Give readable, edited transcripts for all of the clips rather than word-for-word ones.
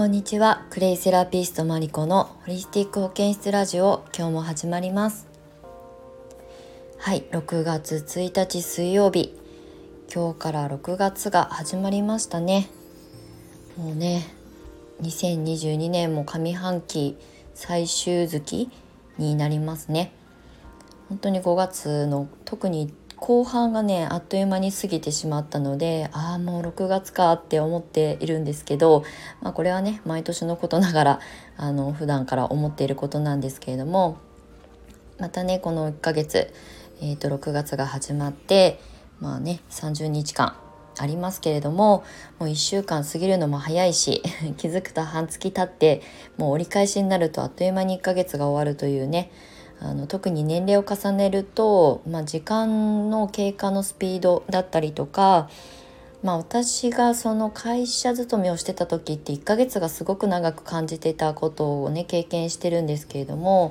こんにちは。クレイセラピストマリコのホリスティック保健室ラジオ、今日も始まります。はい、6月1日水曜日、今日から6月が始まりましたね。もうね、2022年も上半期最終月になりますね。本当に5月の特に後半がね、あっという間に過ぎてしまったので、もう6月かって思っているんですけど、これはね、毎年のことながら普段から思っていることなんですけれども、またね、この1ヶ月、6月が始まって、30日間ありますけれども、もう1週間過ぎるのも早いし気づくと半月経って、もう折り返しになるとあっという間に1ヶ月が終わるというね、特に年齢を重ねると、時間の経過のスピードだったりとか、私がその会社勤めをしてた時って1ヶ月がすごく長く感じてたことをね、経験してるんですけれども、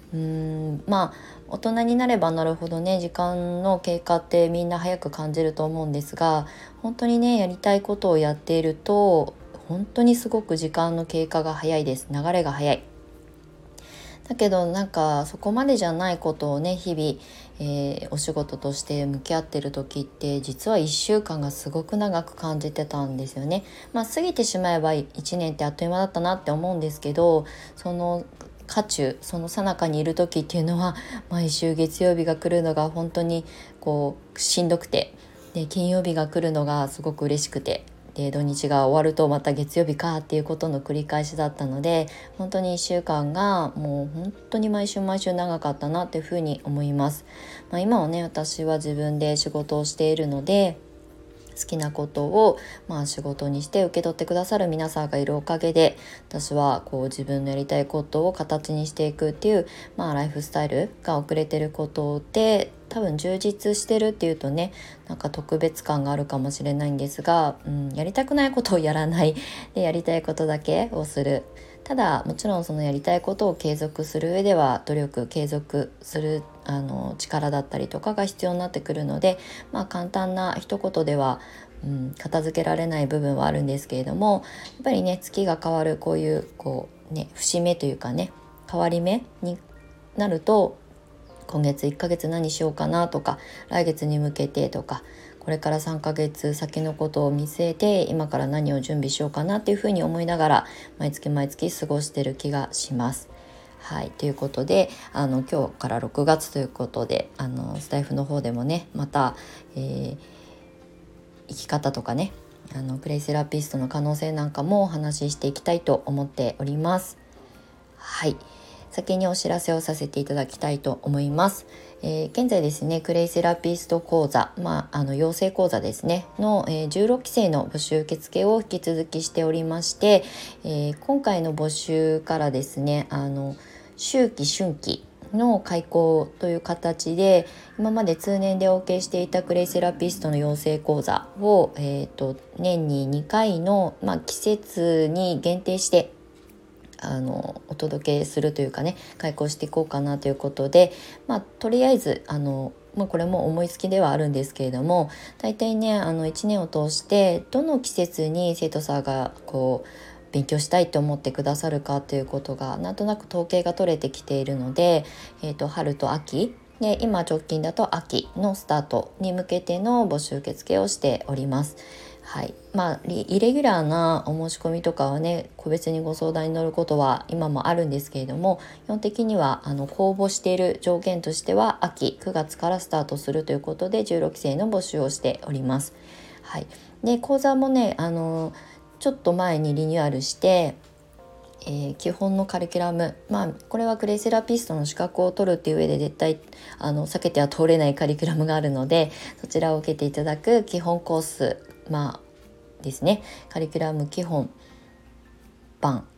大人になればなるほどね、時間の経過ってみんな早く感じると思うんですが、本当にね、やりたいことをやっていると本当にすごく時間の経過が早いです。流れが早い。だけどそこまでじゃないことをね、日々、お仕事として向き合ってる時って、実は1週間がすごく長く感じてたんですよね。過ぎてしまえば1年ってあっという間だったなって思うんですけど、そのその最中にいる時っていうのは、毎週月曜日が来るのが本当にしんどくて、で金曜日が来るのがすごく嬉しくて、で土日が終わるとまた月曜日かっていうことの繰り返しだったので、本当に1週間がもう本当に毎週毎週長かったなっていうふうに思います。今はね、私は自分で仕事をしているので、好きなことを仕事にして受け取ってくださる皆さんがいるおかげで、私は自分のやりたいことを形にしていくっていう、ライフスタイルが遅れてることで、多分充実してるっていうとね、特別感があるかもしれないんですが、やりたくないことをやらないで、やりたいことだけをする。ただもちろんそのやりたいことを継続する上では、努力継続する力だったりとかが必要になってくるので、簡単な一言では、片付けられない部分はあるんですけれども、やっぱりね、月が変わるこういう節目というかね、変わり目になると、今月1ヶ月何しようかなとか、来月に向けてとか、これから3ヶ月先のことを見据えて、今から何を準備しようかなっていうふうに思いながら、毎月毎月過ごしてる気がします。はい、ということで、今日から6月ということで、スタイフの方でもね、また、生き方とかね、クレイセラピストの可能性なんかもお話ししていきたいと思っております。はい、先にお知らせをさせていただきたいと思います。現在ですね、クレイセラピスト講座、養成講座ですねの、16期生の募集受付を引き続きしておりまして、今回の募集からですね、秋季春季の開講という形で、今まで通年でお受けしていたクレイセラピストの養成講座を、年に2回の、季節に限定してお届けするというかね、開講していこうかなということで、とりあえずこれも思いつきではあるんですけれども、大体ね、1年を通してどの季節に生徒さんが勉強したいと思ってくださるかということがなんとなく統計が取れてきているので、春と秋で、今直近だと秋のスタートに向けての募集受付をしております。はい、イレギュラーなお申し込みとかはね、個別にご相談に乗ることは今もあるんですけれども、基本的には公募している条件としては秋9月からスタートするということで、16期生の募集をしております。はい、で講座もね、ちょっと前にリニューアルして、基本のカリキュラム、これはクレイセラピストの資格を取るっていう上で絶対避けては通れないカリキュラムがあるので、そちらを受けていただく基本コースですね、カリキュラム基本版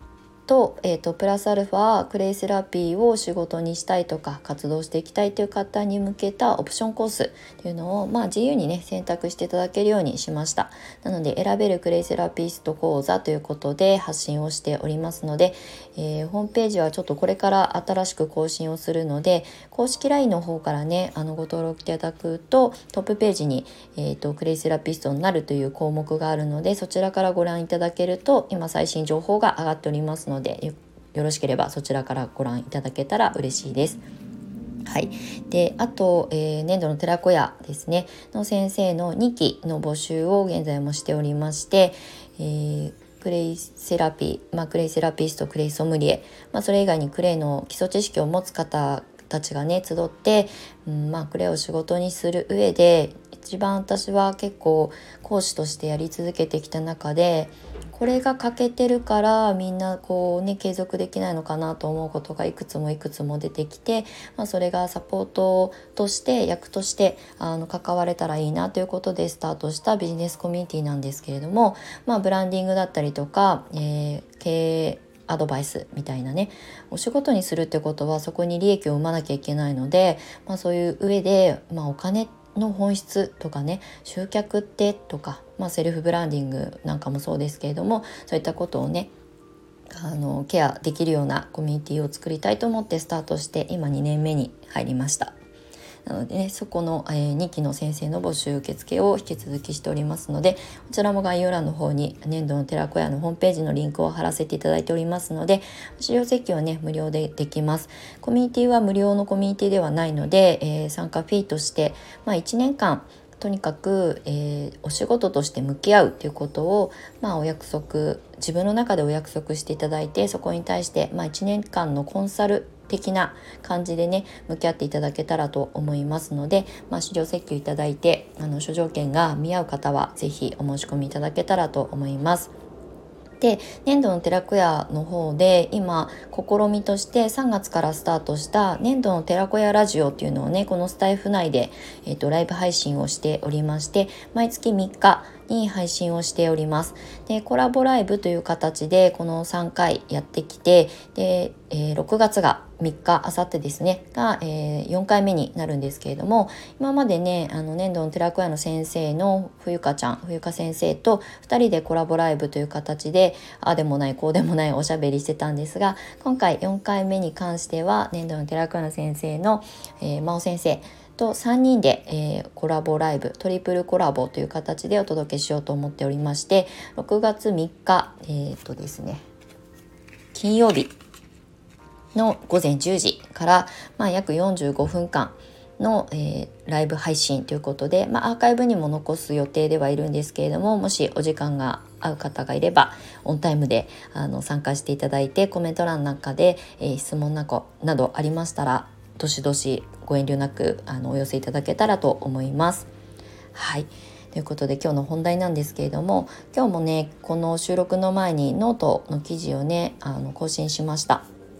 プラスアルファクレイセラピーを仕事にしたいとか活動していきたいという方に向けたオプションコースっていうのを、自由にね選択していただけるようにしました。なので選べるクレイセラピスト講座ということで発信をしておりますので、ホームページはちょっとこれから新しく更新をするので、公式 LINE の方からねご登録いただくとトップページに、クレイセラピストになるという項目があるので、そちらからご覧いただけると今最新情報が上がっておりますので、よろしければそちらからご覧いただけたら嬉しいです。はい、であと、年度の寺子屋ですねの先生の2期の募集を現在もしておりまして、クレイセラピー、クレイセラピスト、クレイソムリエ、それ以外にクレイの基礎知識を持つ方たちがね集って、クレイを仕事にする上で一番私は結構講師としてやり続けてきた中で、これが欠けてるからみんな継続できないのかなと思うことがいくつも出てきて、それがサポートとして役として関われたらいいなということでスタートしたビジネスコミュニティなんですけれども、ブランディングだったりとか、経営アドバイスみたいなねお仕事にするってことはそこに利益を生まなきゃいけないので、そういう上で、お金の本質とかね集客ってとか、セルフブランディングなんかもそうですけれども、そういったことをねケアできるようなコミュニティを作りたいと思ってスタートして今2年目に入りました。なのでね、そこの、2期の先生の募集受付を引き続きしておりますので、こちらも概要欄の方に年度の寺子屋のホームページのリンクを貼らせていただいておりますので、資料請求はね無料でできます。コミュニティは無料のコミュニティではないので、参加フィーとして、1年間とにかく、お仕事として向き合うということを、お約束、自分の中でお約束していただいて、そこに対して、1年間のコンサル的な感じでね向き合っていただけたらと思いますので、資料請求いただいて諸条件が見合う方はぜひお申し込みいただけたらと思います。で、年度の寺子屋の方で今試みとして3月からスタートした年度の寺子屋ラジオっていうのをねこのスタイフ内で、ライブ配信をしておりまして、毎月3日に配信をしております。で、コラボライブという形でこの3回やってきて、で、6月が3日、あさってですねが、4回目になるんですけれども、今までね年度の寺子屋の先生の冬香先生と2人でコラボライブという形でああでもないこうでもないおしゃべりしてたんですが、今回4回目に関しては年度の寺子屋の先生の、真央先生と3人で、コラボライブトリプルコラボという形でお届けしようと思っておりまして、6月3日ですね金曜日の午前10時から、約45分間の、ライブ配信ということで、アーカイブにも残す予定ではいるんですけれども、もしお時間が合う方がいればオンタイムで参加していただいて、コメント欄なんかで、質問などありましたらどしどしご遠慮なくお寄せいただけたらと思います。はい、ということで今日の本題なんですけれども、今日もねこの収録の前にノートの記事をね更新しました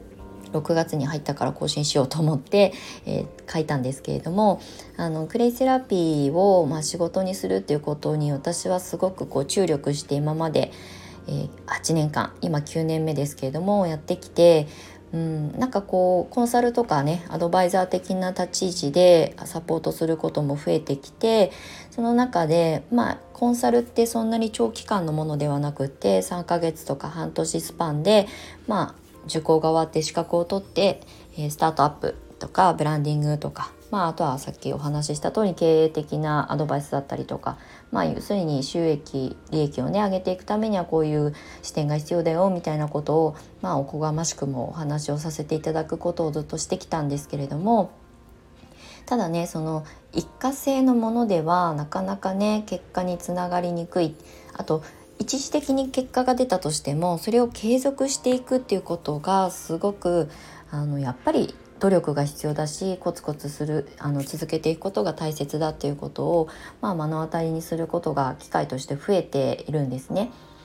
。6月に入ったから更新しようと思って、書いたんですけれども、クレイセラピーを、仕事にするっていうことに私はすごく注力して今まで、8年間今9年目ですけれどもやってきて、なんかコンサルとかねアドバイザー的な立ち位置でサポートすることも増えてきて、その中でコンサルってそんなに長期間のものではなくって3ヶ月とか半年スパンで受講が終わって資格を取って、スタートアップとかブランディングとか、あとはさっきお話しした通り経営的なアドバイスだったりとか、要するに利益をね上げていくためにはこういう視点が必要だよみたいなことを、おこがましくもお話をさせていただくことをずっとしてきたんですけれども、ただねその一過性のものではなかなかね結果につながりにくい。あと一時的に結果が出たとしてもそれを継続していくっていうことがすごくやっぱり努力が必要だし、コツコツ続けていくことが大切だっていうことを、目の当たりにすることが機会として増えているんですね。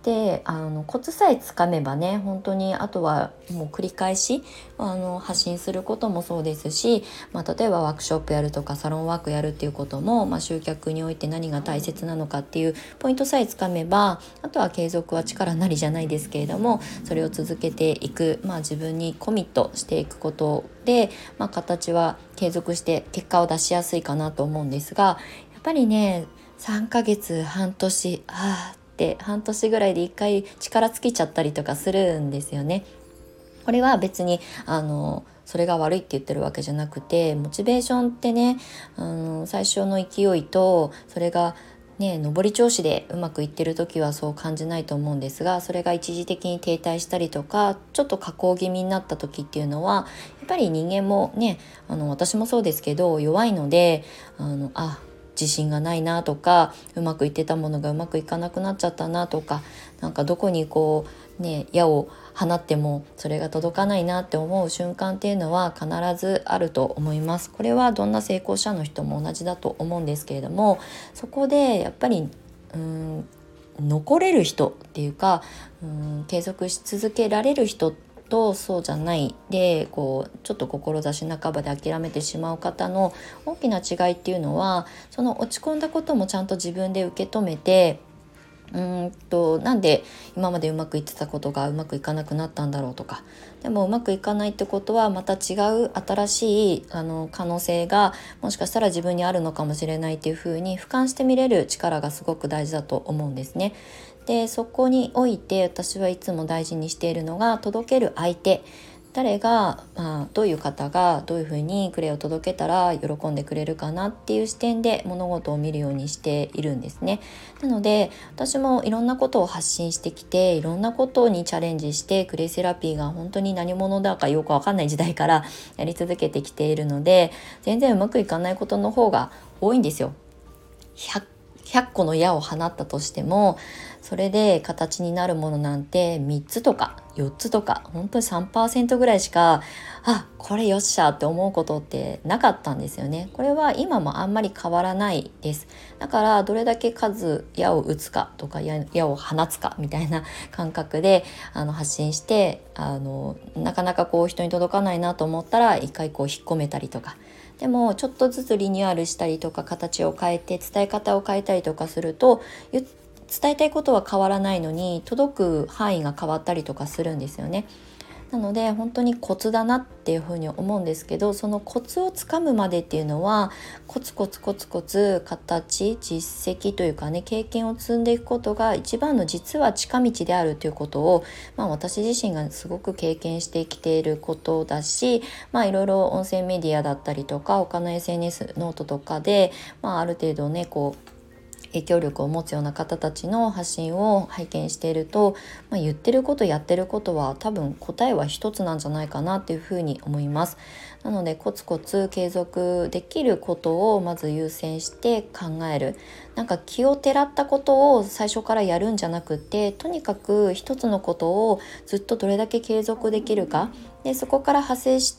でコツさえつかめばね、本当にあとはもう繰り返し発信することもそうですし、例えばワークショップやるとかサロンワークやるっていうことも、集客において何が大切なのかっていうポイントさえつかめば、あとは継続は力なりじゃないですけれども、それを続けていく、自分にコミットしていくことで、形は継続して結果を出しやすいかなと思うんですが、やっぱりね3ヶ月半年って半年ぐらいで一回力尽きちゃったりとかするんですよね。これは別にそれが悪いって言ってるわけじゃなくて、モチベーションってね、最初の勢いとそれがね上り調子でうまくいってる時はそう感じないと思うんですが、それが一時的に停滞したりとかちょっと下降気味になった時っていうのは、やっぱり人間もね私もそうですけど弱いので、自信がないなとか、うまくいってたものがうまくいかなくなっちゃったなとか、なんかどこに矢を放ってもそれが届かないなって思う瞬間っていうのは必ずあると思います。これはどんな成功者の人も同じだと思うんですけれども、そこでやっぱり残れる人っていうか、継続し続けられる人とそうじゃないで、ちょっと志半ばで諦めてしまう方の大きな違いっていうのは、その落ち込んだこともちゃんと自分で受け止めて、なんで今までうまくいってたことがうまくいかなくなったんだろうとか、でもうまくいかないってことはまた違う新しい可能性がもしかしたら自分にあるのかもしれないっていうふうに俯瞰してみれる力がすごく大事だと思うんですね。でそこにおいて私はいつも大事にしているのが、届ける相手、誰が、どういう方がどういうふうにクレイを届けたら喜んでくれるかなっていう視点で物事を見るようにしているんですね。なので私もいろんなことを発信してきて、いろんなことにチャレンジして、クレイセラピーが本当に何者だかよくわかんない時代からやり続けてきているので、全然うまくいかないことの方が多いんですよ。100個の矢を放ったとしても、それで形になるものなんて3つとか4つとか、本当に 3% ぐらいしか、これよっしゃって思うことってなかったんですよね。これは今もあんまり変わらないです。だからどれだけ矢を打つかとか矢を放つかみたいな感覚で発信して、なかなか人に届かないなと思ったら一回引っ込めたりとか、でもちょっとずつリニューアルしたりとか、形を変えて伝え方を変えたりとかすると、伝えたいことは変わらないのに届く範囲が変わったりとかするんですよね。なので本当にコツだなっていうふうに思うんですけど、そのコツをつかむまでっていうのはコツコツコツコツ実績というかね、経験を積んでいくことが一番の実は近道であるということを、私自身がすごく経験してきていることだし、いろいろ音声メディアだったりとか他の SNS ノートとかで、ある程度ね影響力を持つような方たちの発信を拝見していると、言ってることやってることは多分答えは一つなんじゃないかなっていうふうに思います。なのでコツコツ継続できることをまず優先して考える。なんか気をてらったことを最初からやるんじゃなくて、とにかく一つのことをずっとどれだけ継続できるかで、そこから派生して、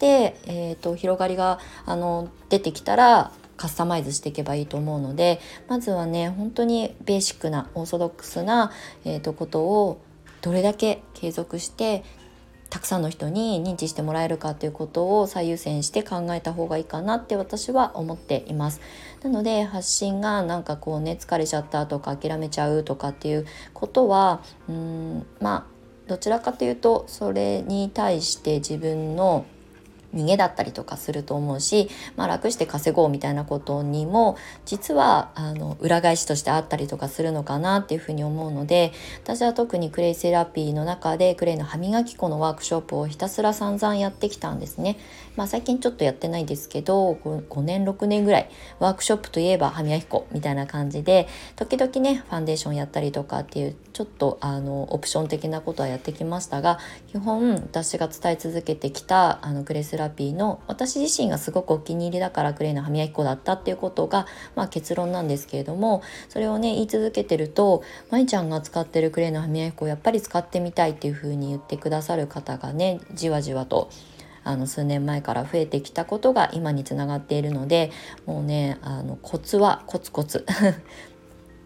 広がりが出てきたらカスタマイズしていけばいいと思うので、まずはね本当にベーシックなオーソドックスな、ことをどれだけ継続してたくさんの人に認知してもらえるかということを最優先して考えた方がいいかなって私は思っています。なので発信が疲れちゃったとか諦めちゃうとかっていうことはどちらかというとそれに対して自分の逃げだったりとかすると思うし、楽して稼ごうみたいなことにも実は裏返しとしてあったりとかするのかなっていうふうに思うので、私は特にクレイセラピーの中でクレイの歯磨き粉のワークショップをひたすら散々やってきたんですね。最近ちょっとやってないですけど5年6年ぐらいワークショップといえば歯磨き粉みたいな感じで、時々ねファンデーションやったりとかっていうちょっとオプション的なことはやってきましたが、基本私が伝え続けてきたクレイセラピーの私自身がすごくお気に入りだからクレイの歯磨き粉だったっていうことが、結論なんですけれども、それをね言い続けてると、まいちゃんが使ってるクレイの歯磨き粉やっぱり使ってみたいっていう風に言ってくださる方がねじわじわと数年前から増えてきたことが今につながっているので、もうねコツはコツコツ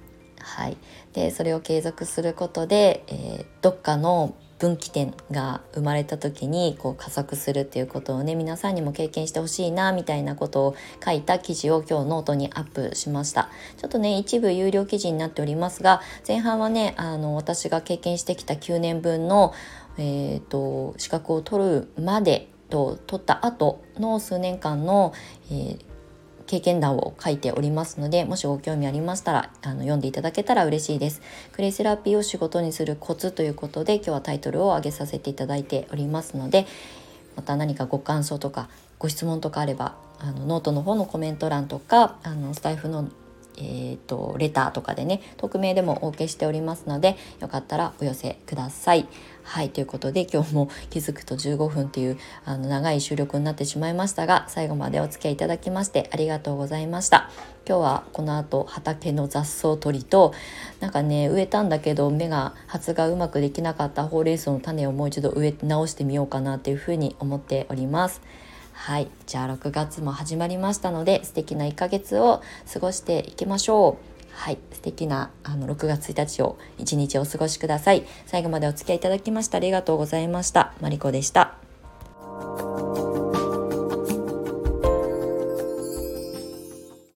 はい、でそれを継続することで、どっかの分岐点が生まれた時にこう加速するっていうことをね、皆さんにも経験してほしいなみたいなことを書いた記事を今日ノートにアップしました。ちょっとね一部有料記事になっておりますが、前半はね私が経験してきた9年分の、資格を取るまでと取った後の数年間の、経験談を書いておりますので、もしご興味ありましたら読んでいただけたら嬉しいです。クレイセラピーを仕事にするコツということで今日はタイトルを挙げさせていただいておりますので、また何かご感想とかご質問とかあればノートの方のコメント欄とかスタイフのレターとかでね、匿名でもお受けしておりますので、よかったらお寄せください。はい、ということで今日も気づくと15分っていう長い収録になってしまいましたが、最後までお付き合いいただきましてありがとうございました。今日はこの後畑の雑草取りと、なんかね植えたんだけど発芽うまくできなかったほうれん草の種をもう一度植え直してみようかなというふうに思っております。はい、じゃあ6月も始まりましたので、素敵な1ヶ月を過ごしていきましょう。はい、素敵な6月1日を一日お過ごしください。最後までお付き合いいただきましてありがとうございました。マリコでした。